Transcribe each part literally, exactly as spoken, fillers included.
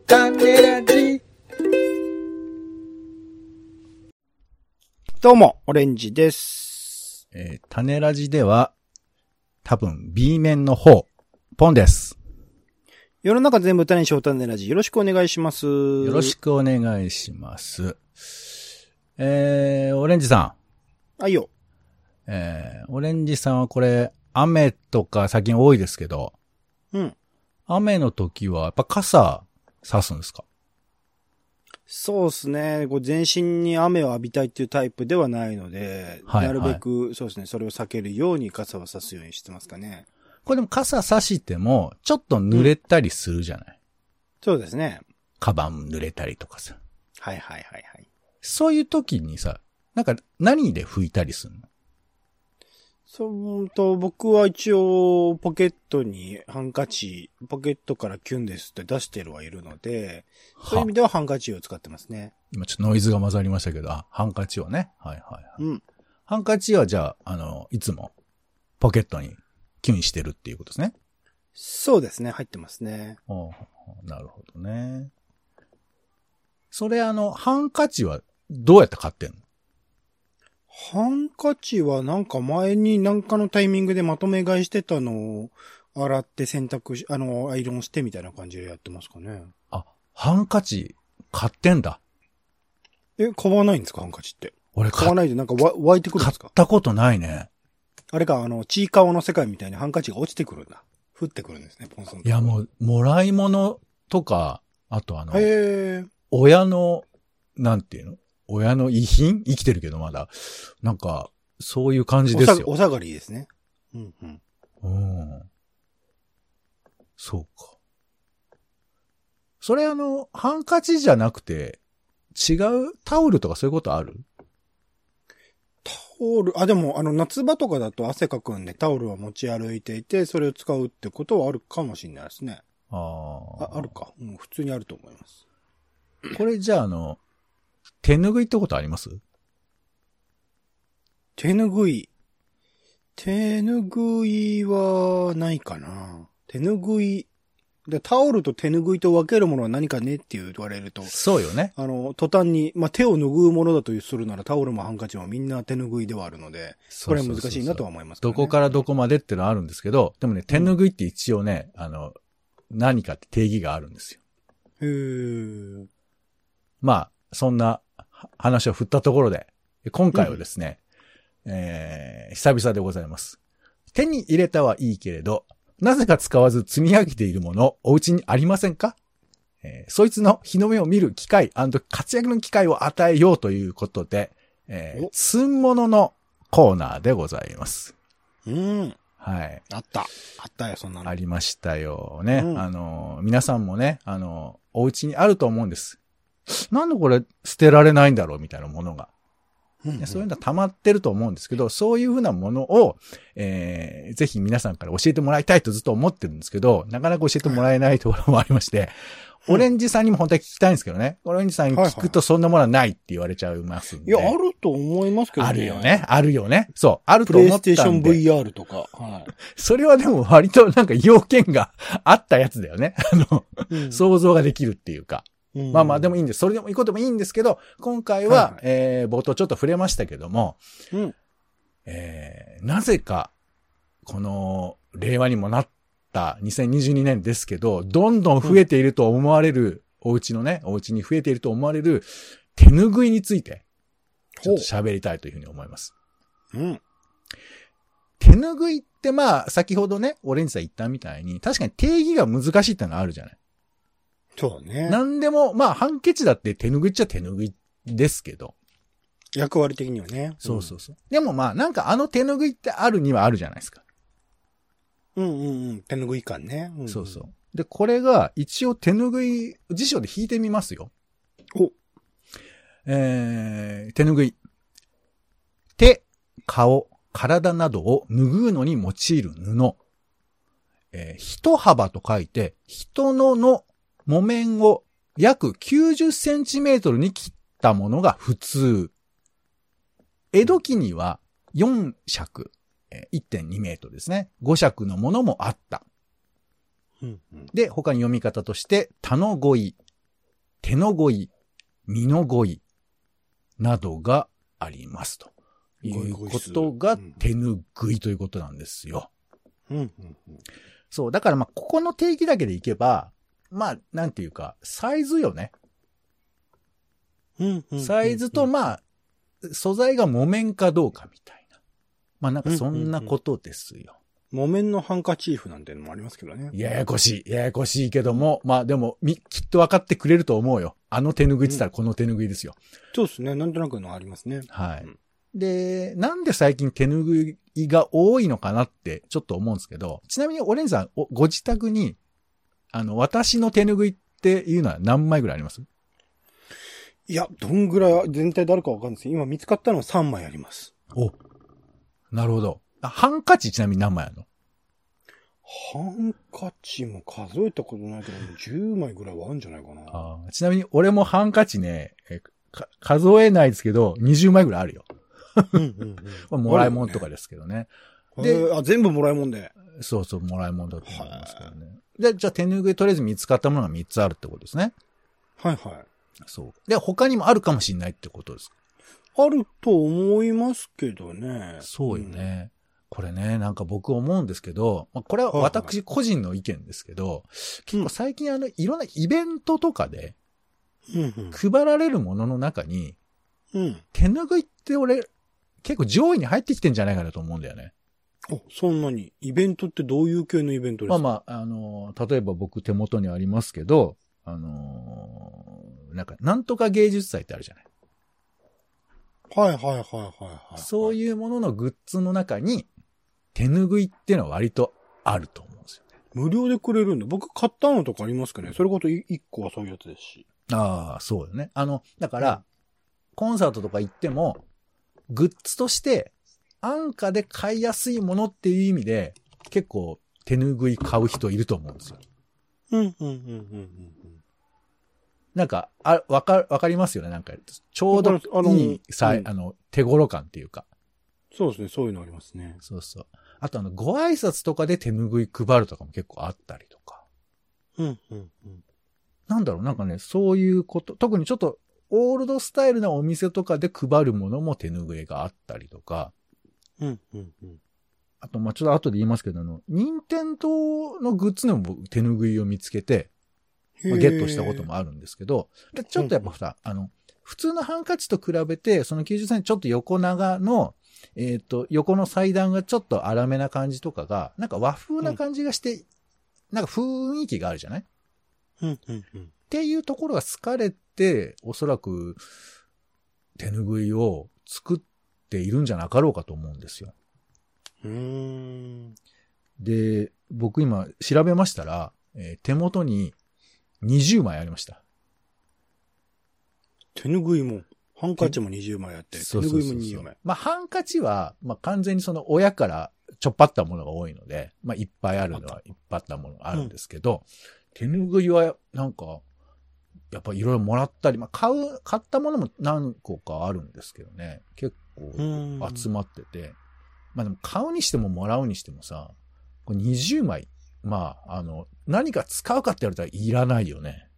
種ラジ。どうも、オレンジです。 えー、種ラジでは、多分 B 面の方、ポンです。 世の中全部種にしよう種ラジ。よろしくお願いします。 よろしくお願いします。えー、オレンジさん。はいよ。 えー、オレンジさんはこれ、雨とか最近多いですけど、 うん。 雨の時はやっぱ傘差すんですか？ そうですね。こう全身に雨を浴びたいっていうタイプではないので、はいはい、なるべくそうですね、それを避けるように傘を差すようにしてますかね。 これでも傘差しても、ちょっと濡れたりするじゃない、うん、 そうですね。 カバン濡れたりとかさ。 はいはいはいはい。 そういう時にさ、なんか何で拭いたりするの？ そうと、僕は一応ポケットにハンカチ、ポケットからキュンですって出してるはいるので、そういう意味ではハンカチを使ってますね。 今ちょっとノイズが混ざりましたけど、あ、ハンカチをね。はいはいはい。 うん。 ハンカチはじゃあ、あの、いつもポケットにキュンしてるっていうことですね。 そうですね、入ってますね。 おなるほどね。それあの、ハンカチはどうやって買ってんの？ ハンカチはなんか前になんかのタイミングでまとめ買いしてたのを洗って洗濯し、あの、アイロンしてみたいな感じでやってますかね。 あ、ハンカチ買ってんだ。 え、買わないんですかハンカチって。 俺買わないでなんかわ湧いてくるんですか？ 買ったことないね。 あれか、あの、ちいかわの世界みたいにハンカチが落ちてくるんだ。降ってくるんですね、ポンソン。 いやもう、もらい物とか、あとあの、 へー。 親の、なんていうの？親の遺品？生きてるけどまだ。なんか、そういう感じですよ。 お下がりですね。うんうん。 うん。そうか。それあの、ハンカチじゃなくて、違うタオルとかそういうことある？ タオル、あ、でも、あの、夏場とかだと汗かくんでタオルは持ち歩いていて、それを使うってことはあるかもしれないですね。 ああ。あるか。うん、普通にあると思います。 これじゃああの、手拭いってことあります？ 手拭い。手拭いはないかな。手拭い。で、タオルと手拭いと分けるものは何かねって言われると。 そうよね。 あの、途端に、まあ、手を拭うものだとするならタオルもハンカチもみんな手拭いではあるので、これは難しいなとは思います、ね、 どこからどこまでってのはあるんですけど、でもね、手拭いって一応ね、うん、あの、何かって定義があるんですよ。 へー。 まあ、そんな話を振ったところで、今回はですね、うん、えー、久々でございます。手に入れたはいいけれど、なぜか使わず積み上げているもの、お家にありませんか？えー、そいつの日の目を見る機会&活躍の機会を与えようということで、えー、積んもののコーナーでございます。 うん。 はい。 あった。あったよ、そんなの。 ありましたよね。 うん、 あの、皆さんもね、あの、お家にあると思うんです。なんでこれ捨てられないんだろうみたいなものが。うんうん、そういうのは溜まってると思うんですけど、そういうふうなものを、えー、ぜひ皆さんから教えてもらいたいとずっと思ってるんですけど、なかなか教えてもらえないところもありまして、うん、オレンジさんにも本当は聞きたいんですけどね。オレンジさんに聞くとそんなものはないって言われちゃいますんで。 いや、あると思いますけどね。 あるよね。あるよね。そう。あると思ったんで。 プレイステーション ブイアール とか。はい。 それはでも割となんか要件があったやつだよね。あの、うん、想像ができるっていうか。うん、まあまあでもいいんです。それでもいいこともいいんですけど、今回は、はいはい、えー、冒頭ちょっと触れましたけども、 うん、 えー、なぜか、この、令和にもなったにせんにじゅうにねんですけど、どんどん増えていると思われる、うん、お家のね、お家に増えていると思われる手拭いについて、ちょっと喋りたいというふうに思います。 うん。 手拭いってまあ、先ほどね、オレンジさん言ったみたいに、確かに定義が難しいってのはあるじゃない。 そうね。 なんでも、まあ、ハンケチだって手拭いっちゃ手拭いですけど。 役割的にはね。 そうそうそう。うん、でもまあ、なんかあの手拭いってあるにはあるじゃないですか。 うんうんうん。手拭い感ね。うんうん、 そうそう。で、これが一応手拭い、辞書で引いてみますよ。 お。 えー、手拭い。手、顔、体などを拭うのに用いる布。えー、一幅と書いて、人のの木綿を約きゅうじゅっセンチメートルに切ったものが普通。江戸期にはよん尺、えー、いってんにメートルですね。ご尺のものもあった。 うんうん、 で、他に読み方として、田の鯉、 手のごい、身のごいなどがありますということが手ぬぐいということなんですよ。 うんうんうん、 そう。だからまあ、ここの定義だけでいけば、まあ、なんていうか、サイズよね。 うんうんうんうん、 サイズとまあ、素材が木綿かどうかみたいな。まあなんかそんなことですよ。 木綿のハンカチーフなんてのもありますけどね。 ややこしい。ややこしいけども、まあでも、み、きっと分かってくれると思うよ。あの手ぬぐいって言ったらこの手ぬぐいですよ。 うん、そうですね。なんとなくのありますね。 はい。うん、で、なんで最近手ぬぐいが多いのかなってちょっと思うんですけど、ちなみにオレンジさん、ご自宅に、あの、私の手ぬぐいっていうのは何枚ぐらいあります？ いや、どんぐらい全体であるかわかんないですけど、今見つかったのはさんまいあります。 お、なるほど。あ、ハンカチちなみに何枚あるの？ ハンカチも数えたことないけど、じゅうまいぐらいはあるんじゃないかな。 あ、ちなみに俺もハンカチね、え数えないですけど、にじゅうまいぐらいあるよ。うんうんうん、もらいもんとかですけどね。 で、あ、全部もらいもんで。 そうそう、もらいもんだと思いますけどね。で、じゃあ手ぬぐいとりあえず見つかったものがみっつあるってことですね。 はいはい。 そう。で、他にもあるかもしれないってことですか？ あると思いますけどね。 そうよね。うん、これね、なんか僕思うんですけど、まあ、これは私個人の意見ですけど、はいはい、結構最近あの、いろんなイベントとかで、配られるものの中に、うん、手ぬぐいって俺、結構上位に入ってきてんじゃないかなと思うんだよね。 お、そんなに。イベントってどういう系のイベントですか？ まあまあ、あの、例えば僕手元にありますけど、あのー、なんか、なんとか芸術祭ってあるじゃない。 はいはいはいはいはい。 そういうもののグッズの中に、手ぬぐいっていうのは割とあると思うんですよね。 無料でくれるんだ。僕買ったのとかありますかね？それこそいっこはそういうやつですし。 ああ、そうよね。あの、だから、うん、コンサートとか行っても、グッズとして、安価で買いやすいものっていう意味で、結構手ぬぐい買う人いると思うんですよ。 うん、うん、うん、うん。 なんか、あ、わか、わかりますよね。なんか、ちょうどいいさ、あの、うん、あの手頃感っていうか。 そうですね。そういうのありますね。 そうそう。あとあの、ご挨拶とかで手ぬぐい配るとかも結構あったりとか。 うん、うん、うん。 なんだろう、なんかね、そういうこと、特にちょっと、オールドスタイルなお店とかで配るものも手ぬぐいがあったりとか。 うん、うん、うん。 あと、ま、ちょっと後で言いますけど、あの、任天堂のグッズでも僕手ぬぐいを見つけて、まあ、ゲットしたこともあるんですけど、でちょっとやっぱさ、あの、普通のハンカチと比べて、そのきゅうじゅっセンチちょっと横長の、えっと、横の祭壇がちょっと粗めな感じとかが、なんか和風な感じがして、うん、なんか雰囲気があるじゃない？ うんうんうん。 っていうところが好かれて、おそらく手ぬぐいを作っているんじゃなかろうかと思うんですよ。 うーん。 で、僕今調べましたら、えー、手元ににじゅうまいありました。 手ぬぐいも、ハンカチもにじゅうまいあって、手ぬぐいもにじゅうまい。 まあ、ハンカチは、まあ、完全にその親からちょっぱったものが多いので、まあ、いっぱいあるのはいっぱいあったものがあるんですけど、うん、手ぬぐいは、なんか、やっぱいろいろもらったり、まあ、買う、買ったものも何個かあるんですけどね、結構集まってて、まあでも買うにしてももらうにしてもさ、これにじゅうまい、まあ、あの、何か使うかって言われたらいらないよね。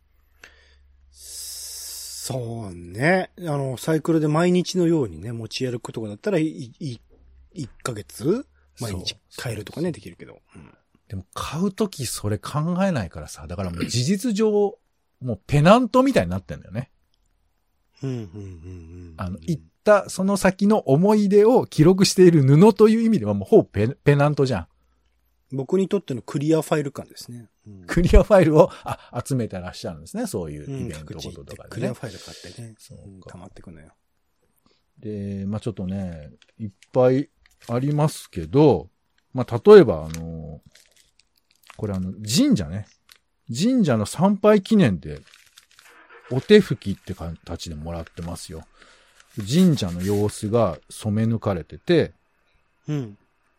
そうね。あの、サイクルで毎日のようにね、持ち歩くとかだったら、い、い、いっかげつ毎日買えるとかね、できるけど。うん、 でも買うときそれ考えないからさ、だからもう事実上、もうペナントみたいになってんだよね。 うんうんうんうん、 あの、行ったその先の思い出を記録している布という意味ではもうほぼペ、ペナントじゃん。 僕にとってのクリアファイル感ですね。 うん、クリアファイルをあ集めてらっしゃるんですね。そういうイベントこととかでね。 クリアファイル買ってね。そうか。溜まってくのよ。 で、まあちょっとね、いっぱいありますけど、まあ例えばあの、これあの、神社ね。神社の参拝記念で、お手拭きって形でもらってますよ。神社の様子が染め抜かれてて、 うん。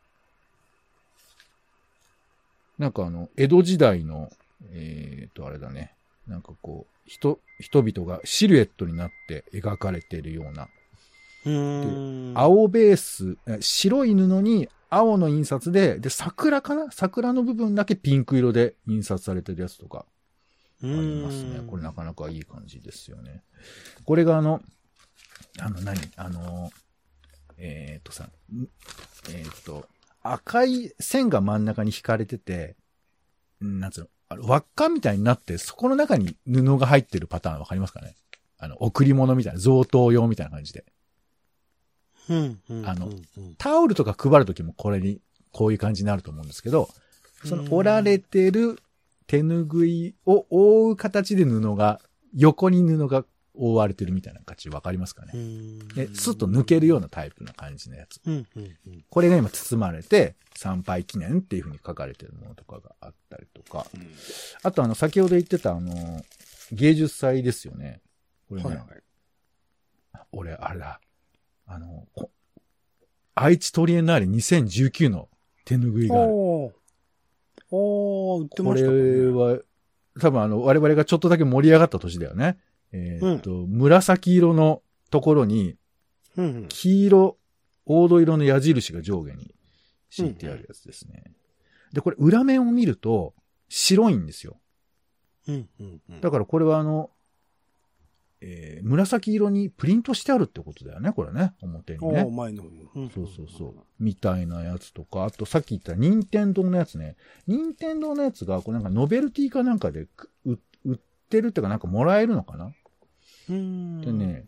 なんかあの、江戸時代の、えーと、あれだね。なんかこう、人、人々がシルエットになって描かれているような。 うーん。 青ベース、白い布に青の印刷で、で、桜かな？桜の部分だけピンク色で印刷されてるやつとか。 ありますね。これなかなかいい感じですよね。これがあの、あの何あの、えっとさ、えっと、赤い線が真ん中に引かれてて、なんつうの、あの輪っかみたいになって、そこの中に布が入ってるパターンわかりますかね？あの、贈り物みたいな、贈答用みたいな感じで。 うんうん、 あの、タオルとか配るときもこれに、こういう感じになると思うんですけど、その折られてる手ぬぐいを覆う形で布が、横に布が覆われてるみたいな感じわかりますかね？で、スッと抜けるようなタイプな感じのやつ。 うんうんうん、 これが今包まれて、参拝記念っていう風に書かれてるものとかがあったりとか。うん、あとあの、先ほど言ってたあの、芸術祭ですよね。これね。はいはい、俺、あれだ。あの、愛知トリエンナーレにせんじゅうきゅうの手ぬぐいがある。おー、売ってましたね。 これは、多分あの、我々がちょっとだけ盛り上がった年だよね。えー、っと、うん、紫色のところに、黄色、黄土色の矢印が上下に敷いてあるやつですね。うんうん、で、これ裏面を見ると白いんですよ。 うんうんうん、 だからこれはあの、えー、紫色にプリントしてあるってことだよね、これね、表にね。 前の、 うん、そうそうそう。みたいなやつとか、あとさっき言った任天堂のやつね。任天堂のやつが、これなんかノベルティかなんかで売ってるっていうかなんかもらえるのかな？ うーんでね、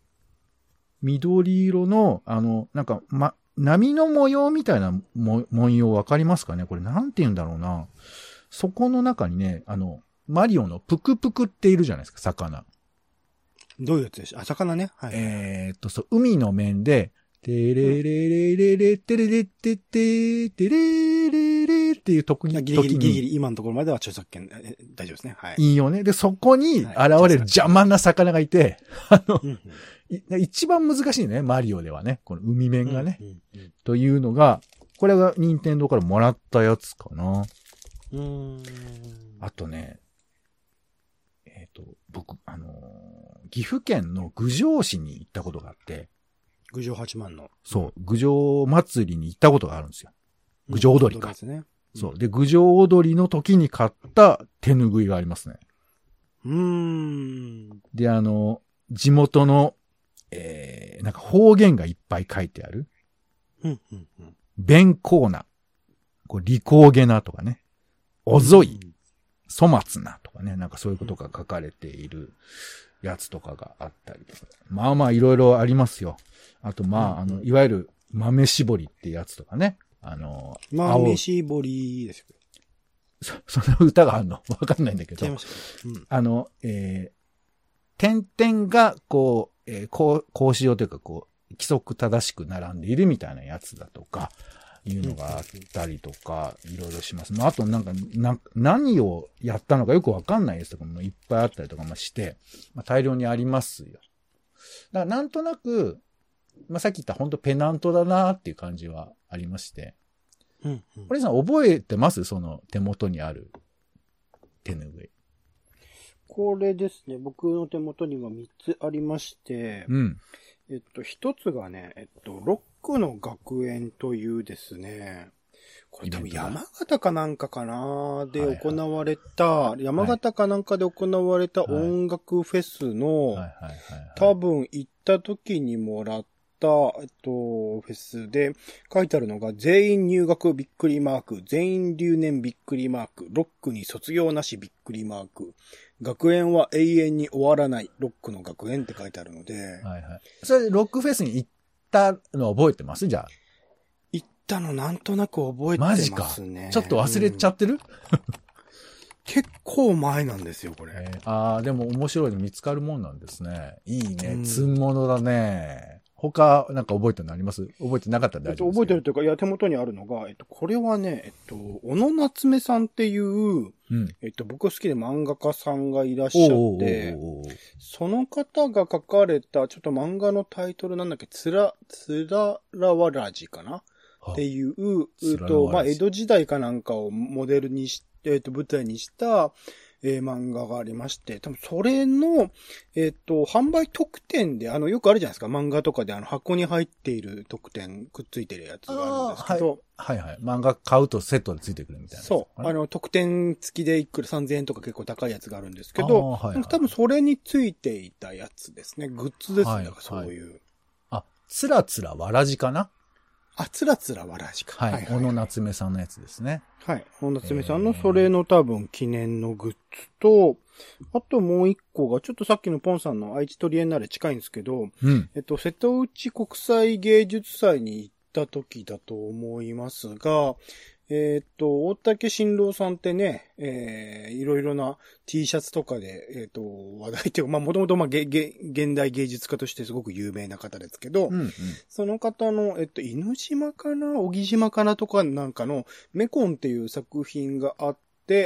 緑色の、あの、なんか、ま、波の模様みたいなも文様わかりますかね？これなんて言うんだろうな。そこの中にね、あの、マリオのプクプクっているじゃないですか、魚。 どういうやつでしょう？あ、魚ね。はい。 えーっと、そう、海の面で、てれれれれれてれれてててれれれっていう時に、 ギリギリギリギリ今のところまでは著作権大丈夫ですね。はい。 いいよね。で、そこに現れる邪魔な魚がいて、あの、うんうん、一番難しいね、マリオではね。この海面がね。うんうんうん、というのが、これが任天堂からもらったやつかな。 うーんあとね、えっと、僕、あのー、岐阜県の郡上市に行ったことがあって、 郡上八幡の。 そう、郡上祭りに行ったことがあるんですよ。郡上踊りか。 うんですね、 うん、そう。で、郡上踊りの時に買った手ぬぐいがありますね。 うーん。 で、あの、地元の、えー、なんか方言がいっぱい書いてある。 うんうんうん。 弁コーナ。こう、利口げなとかね。おぞい。粗末なとかね。なんかそういうことが書かれているやつとかがあったりとか。まあまあいろいろありますよ。あとまあ、あの、いわゆる豆絞りってやつとかね。あの、 豆絞りですよ。 そ、その歌があるのわかんないんだけど。 違いました、うん、 あの、えー、点々がこう、えー、こう、こうしようというかこう、規則正しく並んでいるみたいなやつだとか、いうのがあったりとか、いろいろします。まあ、あとなんか、な、何をやったのかよくわかんないやつとかもいっぱいあったりとかもして、まあ、大量にありますよ。だからなんとなく、まあ、さっき言った本当ペナントだなっていう感じはありまして。 うんうん。 堀さん覚えてます？その手元にある手ぬぐい。 これですね。僕の手元にはみっつありまして、 うん。 えっと、一つがね、えっと、ロックの学園というですね、これ多分山形かなんかかなで行われた、はいはい、山形かなんかで行われた音楽フェスの、多分行った時にもらった、えっと、フェスで書いてあるのが、全員入学びっくりマーク、全員留年びっくりマーク、ロックに卒業なしびっくりマーク、学園は永遠に終わらない、ロックの学園って書いてあるので。 はいはい。それでロックフェスに行ったの覚えてます？じゃあ。 行ったのなんとなく覚えてますね。マジか。 ちょっと忘れちゃってる？うん、 結構前なんですよ、これ。 えー、ああ、でも面白いの見つかるもんなんですね。いいね。積ん物だね。他、なんか覚えてるのあります？覚えてなかったら大丈夫です。 覚えてるというか、いや、手元にあるのが、えっと、これはね、えっと、小野夏目さんっていう、うん、えっと、僕好きで漫画家さんがいらっしゃって、その方が書かれた、ちょっと漫画のタイトルなんだっけ、つら、つららわらじかなっていう、うと、まあ、江戸時代かなんかをモデルにし、えっと、舞台にした、 えー、漫画がありまして、多分それの、えっと、販売特典で、あの、よくあるじゃないですか。漫画とかであの、箱に入っている特典くっついてるやつがあるんですけど。 はい、はいはい。漫画買うとセットでついてくるみたいな。 そう。あの、特典付きでいくらさんぜんえんとか結構高いやつがあるんですけど、はいはい、多分それについていたやつですね。グッズですね。はいはい、だからそういう。 あ、つらつらわらじかな？ あ、つらつらわらじか。 はい。はいはいはい、小野夏目さんのやつですね。 はい。小野夏目さんのそれの多分記念のグッズと、あともう一個が、ちょっとさっきのポンさんの愛知トリエンナーレ近いんですけど、うん、えっと、瀬戸内国際芸術祭に行った時だと思いますが、えっと、大竹新郎さんってね、えー、いろいろな T シャツとかで、えっと、話題っていうか、まあ、もともと、まあ、げ、げ、現代芸術家としてすごく有名な方ですけど、うんうん、その方の、えっと、犬島かな小木島かなとかなんかの、メコンっていう作品があって、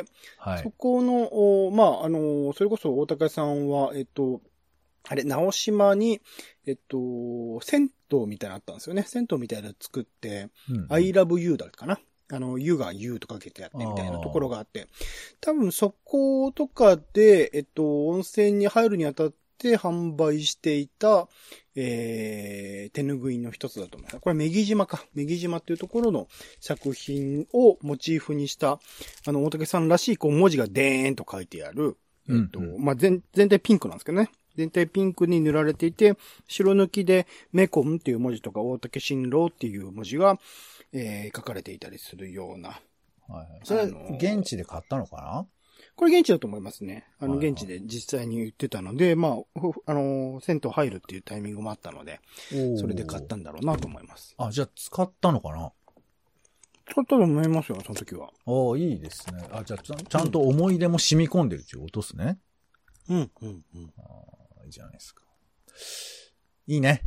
はい、そこの、まあ、あの、それこそ大竹さんは、えっと、あれ、直島に、えっと、銭湯みたいなのあったんですよね。銭湯みたいなの作って、うんうん、I love you だかな。あの、湯が湯とかけてやってみたいなところがあって、多分そことかで、えっと、温泉に入るにあたって販売していた、えー、手ぬぐいの一つだと思います。これ、メギ島か。メギ島っていうところの作品をモチーフにした、あの、大竹さんらしい、こう、文字がデーンと書いてある、えっと、うんうん、まあ、全、全体ピンクなんですけどね。全体ピンクに塗られていて、白抜きでメコンっていう文字とか大竹新郎っていう文字が、えー、書かれていたりするような。 はいはい。それ、現地で買ったのかな？ これ現地だと思いますね。あの、現地で実際に売ってたので、まあ、あの、銭湯入るっていうタイミングもあったので、それで買ったんだろうなと思います。 あ、じゃあ使ったのかな？ 使ったと思いますよ、その時は。 おー、いいですね。あ、じゃあちゃん、ちゃんと思い出も染み込んでるっていうことですね。 うん、うん、うん。 あ、いいじゃないですか。いいね。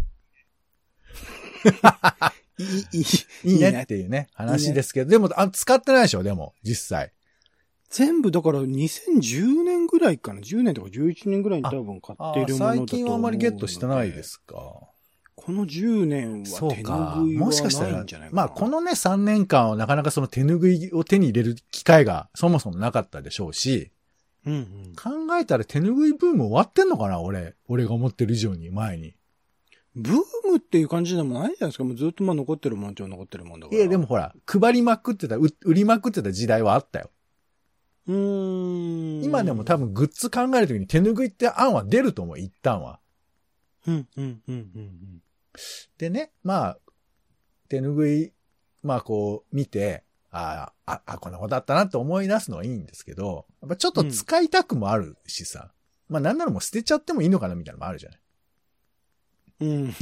いい、いい、 いいねっていうね、話ですけど、いいね、でもあ、使ってないでしょ、でも、実際。 全部だからにせんじゅうねんぐらいかな、じゅうねんとかじゅういちねんぐらいに多分買っているものだと思うので。最近はあまりゲットしてないですか。このじゅうねんは手ぬぐいはないんじゃないかな。もしかしたら、 まあこのねさんねんかんはなかなかその手ぬぐいを手に入れる機会がそもそもなかったでしょうし、 うんうん、 考えたら手ぬぐいブーム終わってんのかな、俺。俺が思ってる以上に前に。 ブームっていう感じでもないじゃないですか。もうずっとまあ残ってるもんちゃ残ってるもんだから。 いや、でもほら、配りまくってた、売りまくってた時代はあったよ。 うーん。 今でも多分グッズ考えるときに手ぬぐいって案は出ると思う、一旦は。 うん、うん、うん、うん。 でね、まあ、手ぬぐい、まあこう見て、ああ、あ、こんなことあったなって思い出すのはいいんですけど、やっぱちょっと使いたくもあるしさ、うん、まあなんならもう捨てちゃってもいいのかなみたいなのもあるじゃない。 うん、うん、うん、うん。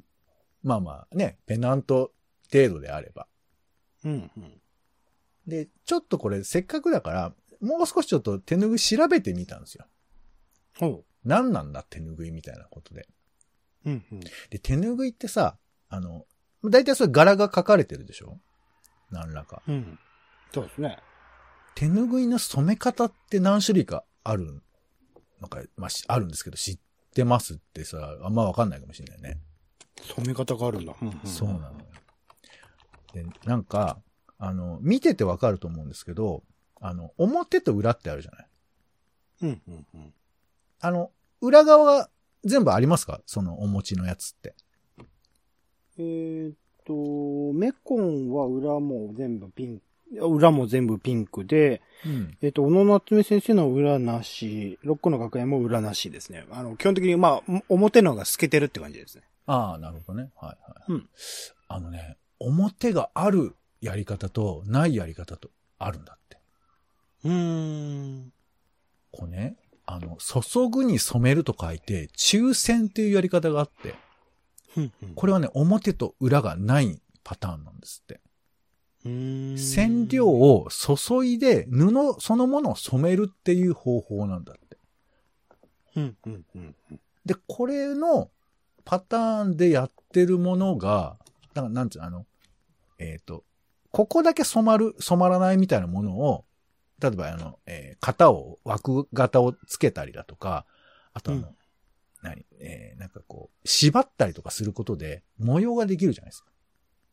まあまあね、ペナント程度であれば。 うん、うん。 で、ちょっとこれせっかくだから、もう少しちょっと手ぬぐい調べてみたんですよ。 ほう。 何なんだ手ぬぐいみたいなことで。 うんうん。 で、手ぬぐいってさ、あの、だいたいそれ柄が書かれてるでしょ？何らか。 うん。そうですね。 手ぬぐいの染め方って何種類かあるのか、まあ、あるんですけど、知ってますってさ、あんまわかんないかもしれないね。 染め方があるんだ。うんうん、 そうなのよ。で、なんか、あの、見ててわかると思うんですけど、あの、表と裏ってあるじゃない？ うんうんうん。 あの、裏側が全部ありますか？そのお餅のやつって。 えーっと、メコンは裏も全部ピンク、裏も全部ピンクで、うん、えーっと、小野夏目先生の裏なし、ロックの学園も裏なしですね。あの、基本的にまあ、表のが透けてるって感じですね。 ああ、なるほどね。はいはい。 うん。 あのね、表があるやり方とないやり方とあるんだって。 うーん。 これね、あの、注ぐに染めると書いて、抽選っていうやり方があって、これはね、表と裏がないパターンなんですって。 うーん。 染料を注いで布そのものを染めるっていう方法なんだって。 うんうんうん、 で、これのパターンでやってるものが、だからなんつうの、あの、えっと、ここだけ染まる、染まらないみたいなものを、例えばあの、えー、型を、枠型をつけたりだとか、あとあの、うん、何えー、なんかこう、縛ったりとかすることで模様ができるじゃないですか。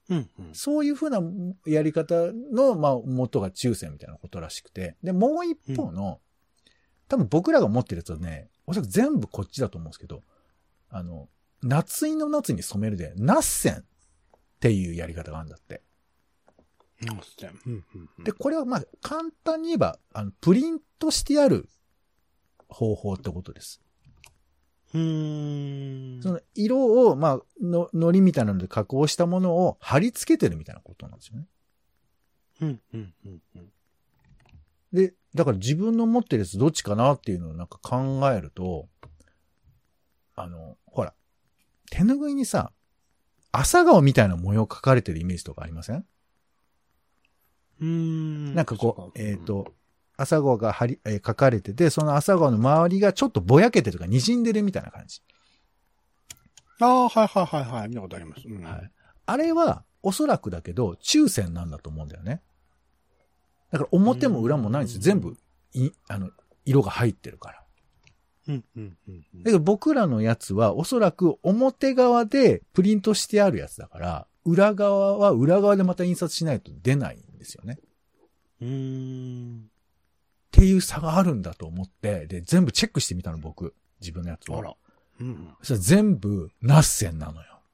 うんうん。 そういうふうなやり方の、まあ、元が中世みたいなことらしくて。で、もう一方の、多分僕らが持ってるやつはね、おそらく全部こっちだと思うんですけど、あの、夏井の夏に染めるで、ナッセンっていうやり方があるんだって。 ナッセン。うんうんうん、 で、これはまあ、簡単に言えば、あの、プリントしてある方法ってことです。 うーん。 その色を、まあ、の、糊みたいなので加工したものを貼り付けてるみたいなことなんですよね。 うんうんうんうん。 で、だから自分の持ってるやつどっちかなっていうのをなんか考えると、あの、ほら、手ぬぐいにさ、朝顔みたいな模様描かれてるイメージとかありません？ うーん。 なんかこう、えっと、朝顔が貼り、えー、描かれてて、その朝顔の周りがちょっとぼやけてるとか滲んでるみたいな感じ。 ああ、はいはいはいはい。見たことあります。うん、 はい。あれは、おそらくだけど、中線なんだと思うんだよね。だから表も裏もないんですよ。全部、い、あの、色が入ってるから。 うんうんうんうん。 だけど僕らのやつは、おそらく表側でプリントしてあるやつだから、裏側は裏側でまた印刷しないと出ないんですよね。 うーん。 っていう差があるんだと思って、で、全部チェックしてみたの、僕。自分のやつを。 あら。うんうん。 そしたら全部、ナッセンなのよ。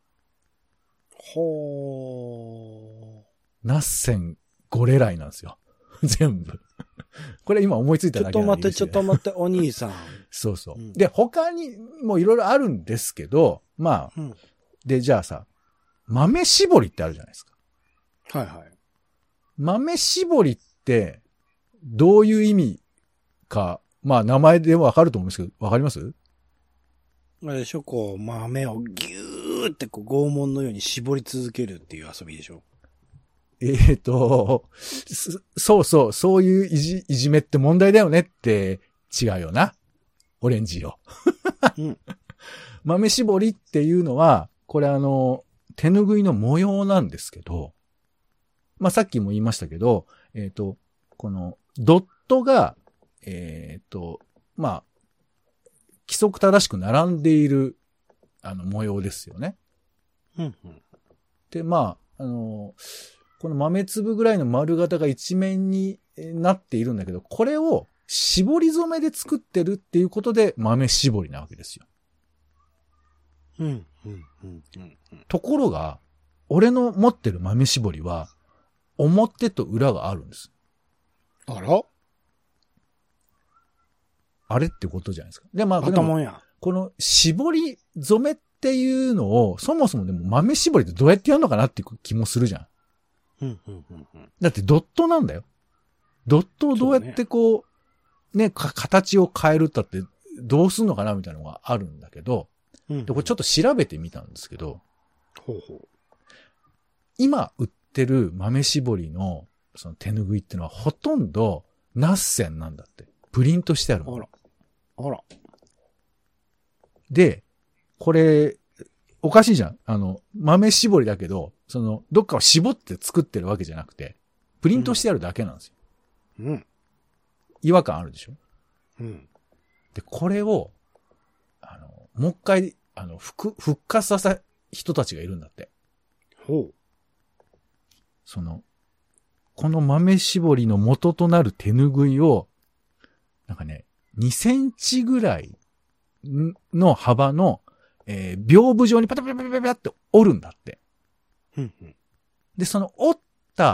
ほー。 ナッセンゴレライなんですよ。全部。これ今思いついたちょだけなんで。 っと待って、ちょっと待って、お兄さん。 そうそう。 うん、 で、他にもいろいろあるんですけど、まあ、 うん、 で、じゃあさ、豆絞りってあるじゃないですか。 はいはい。 豆絞りって、どういう意味か、まあ名前でわかると思うんですけど、わかります？ あれでしょ、こう、豆をギューってこう拷問のように絞り続けるっていう遊びでしょ。 えーと、そうそう、そういういじ、いじめって問題だよねって違うよな。オレンジ色。 うん、 豆絞りっていうのは、これあの、手ぬぐいの模様なんですけど、まあ、さっきも言いましたけど、えっと、このドットが、えっと、まあ、規則正しく並んでいる、あの、模様ですよね。 うんうん、 で、まあ、あの、この豆粒ぐらいの丸型が一面になっているんだけど、これを絞り染めで作ってるっていうことで豆絞りなわけですよ。 うん、うん、うん、うん。 ところが、俺の持ってる豆絞りは、表と裏があるんです。 あら？ あれってことじゃないですか。で、まあ、 またもんや。 この絞り染めっていうのを、そもそもでも豆絞りってどうやってやるのかなっていう気もするじゃん。 うんうんうんうん、 だってドットなんだよ。ドットをどうやってこう、ね、か形を変えるったってどうすんのかなみたいなのがあるんだけど、 うんうん、 でこれちょっと調べてみたんですけど、 ほうほう、 今売ってる豆絞りのその手ぬぐいってのはほとんどナッセンなんだって。プリントしてあるの。 あら。あら。 で、これ、おかしいじゃん。あの、豆絞りだけど、その、どっかを絞って作ってるわけじゃなくて、プリントしてあるだけなんですよ。 うん。 違和感あるでしょ？ うん。 で、これを、あの、もう一回、あの、復、復活させた人たちがいるんだって。 ほう。 その、この豆絞りの元となる手ぬぐいを、なんかね、にセンチぐらいの幅の、えー、屏風状にパタパタパタパタって折るんだって。 うんうん、 で、その折った、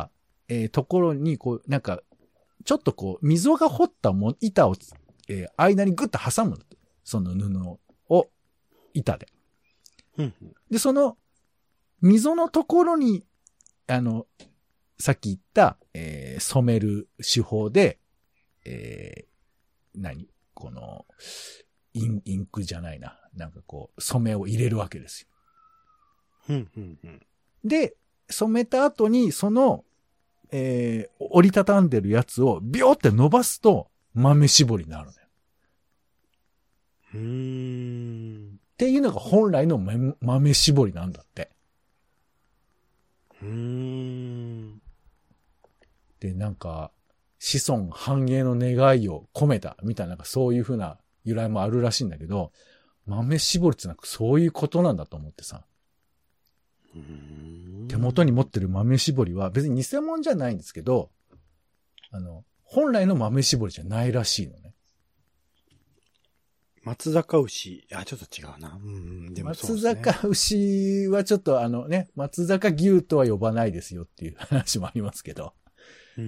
えー、ところに、こう、なんか、ちょっとこう、溝が掘ったも、板を、えー、間にグッと挟むんだって。その布を、板で。 うんうん、 で、その、溝のところに、あの、さっき言った、えー、染める手法で、えー、何この、イン、インクじゃないな。なんかこう、染めを入れるわけですよ。 うんうんうん、 で、染めた後に、その、えー、折りたたんでるやつをビョーって伸ばすと豆絞りになるのよ。 うーん。 っていうのが本来の豆絞りなんだって。 うーん。 で、なんか、子孫繁栄の願いを込めたみたいな、なんかそういう風な由来もあるらしいんだけど、豆絞りってなんかそういうことなんだと思ってさ。 うーん手元に持ってる豆絞りは別に偽物じゃないんですけど、あの、本来の豆絞りじゃないらしいのね。 松坂牛。あ、ちょっと違うな。うん、でもそう松ですね。 坂牛はちょっとあのね、松坂牛とは呼ばないですよっていう話もありますけど。 うんうん、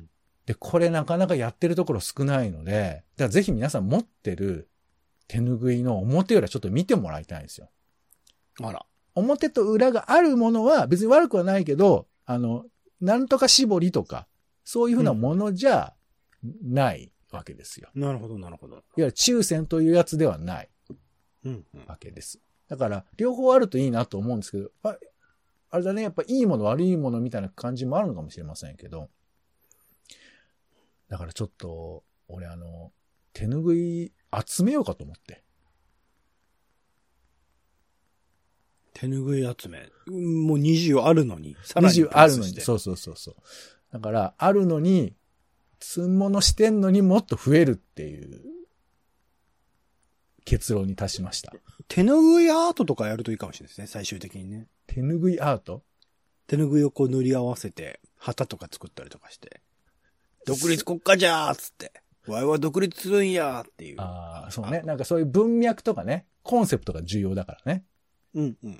で、これなかなかやってるところ少ないので、だからぜひ皆さん持ってる手ぬぐいの表裏ちょっと見てもらいたいんですよ。 あら。 表と裏があるものは別に悪くはないけど、あの、なんとか絞りとか、そういうふうなものじゃないわけですよ。 なるほど、なるほど。 いわゆる抽選というやつではないうんうん、 わけです。だから、両方あるといいなと思うんですけど、あ、あれだね、やっぱいいもの悪いものみたいな感じもあるのかもしれませんけど、だからちょっと、俺あの、手ぬぐい集めようかと思って。 手ぬぐい集め。うんもうにじゅうあるのに。さらににじゅうあるのに。そうそうそうそう。だから、あるのに、積ん物してんのにもっと増えるっていう結論に達しました。 手ぬぐいアートとかやるといいかもしれないですね、最終的にね。 手ぬぐいアート？ 手ぬぐいをこう塗り合わせて、旗とか作ったりとかして。独立国家じゃーっつって。わいは独立するんやーっていう。 ああ、そうね。なんかそういう文脈とかね、コンセプトが重要だからね。 うんうん。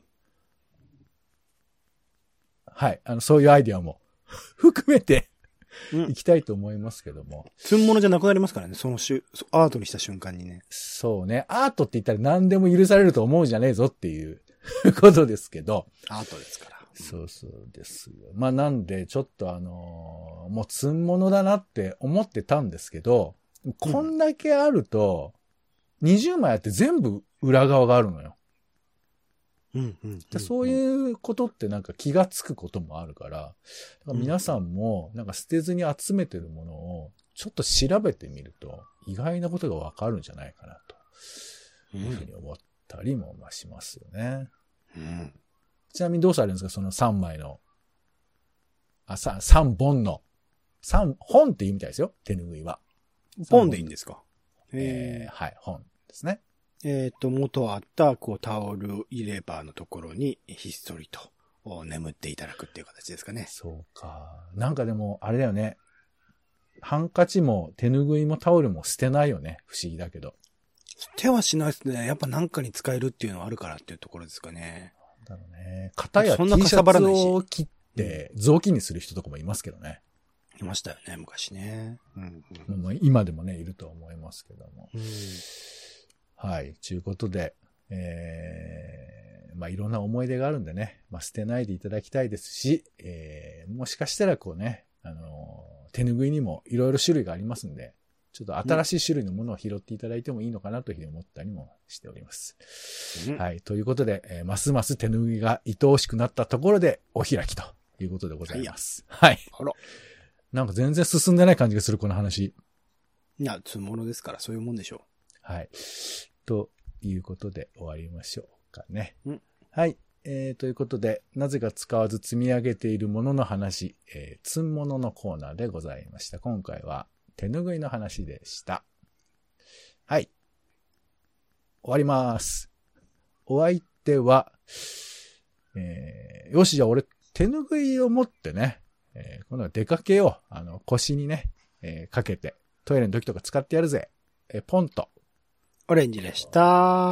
はい。あの、そういうアイディアも含めてうんいきたいと思いますけども。 積むものじゃなくなりますからね、そのしゅ、アートにした瞬間にね。 そうね。アートって言ったら何でも許されると思うじゃねえぞっていうことですけど。 アートですから。 そうそうですよ。まあなんで、ちょっとあのーもう積ん物だなって思ってたんですけど、こんだけあると、にじゅうまいあって全部裏側があるのよ。 うんうんうんうん、 そういうことってなんか気がつくこともあるから、だから皆さんもなんか捨てずに集めてるものをちょっと調べてみると意外なことがわかるんじゃないかなというふうに思ったりもしますよね。 うん、 ちなみにどうされるんですかそのさんまいの、あ、さ、さんぼんの、さん、本って言うみたいですよ。手ぬぐいは。 本でいいんですか？ えー、はい、本ですね。 えっと、元あった、こう、タオル入れ歯のところに、ひっそりと、眠っていただくっていう形ですかね。 そうか。なんかでも、あれだよね。ハンカチも手ぬぐいもタオルも捨てないよね。不思議だけど。 捨てはしないですね。やっぱなんかに使えるっていうのはあるからっていうところですかね。 なんだろうね。片や T そんなかシさばらないしャツを切って雑巾にする人とかもいますけどね。 いましたよね、昔ね。うんうん、もう今でもね、いると思いますけども。 うんはい。ということで、えー、まあ、いろんな思い出があるんでね、まあ、捨てないでいただきたいですし、えー、もしかしたらこうね、あのー、手ぬぐいにもいろいろ種類がありますんで、ちょっと新しい種類のものを拾っていただいてもいいのかなというふうに思ったりもしております。うん、はい。ということで、えー、ますます手ぬぐいが愛おしくなったところでお開きということでございます。はい。 あら。 なんか全然進んでない感じがする、この話。 いや、積むものですからそういうもんでしょう。 はい。ということで終わりましょうかね。 うん、 はい。えー、ということで、なぜか使わず積み上げているものの話、えー、積むもののコーナーでございました。今回は手ぬぐいの話でした。はい。終わります。お相手は、えー、よし、じゃあ俺手ぬぐいを持ってね、えー、今度は出かけよう。あの、腰にね、えー、かけて、トイレの時とか使ってやるぜ。えー、ポンと。 オレンジでした。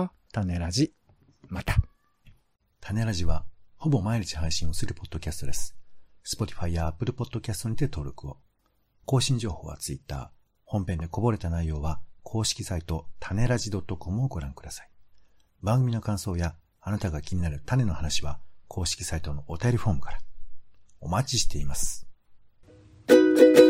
種ラジ、また。種ラジは、ほぼ毎日配信をするポッドキャストです。Spotify や Apple Podcast にて登録を。更新情報は Twitter。本編でこぼれた内容は、公式サイト、種ラジ .com をご覧ください。番組の感想や、あなたが気になる種の話は、公式サイトのお便りフォームから。お待ちしています。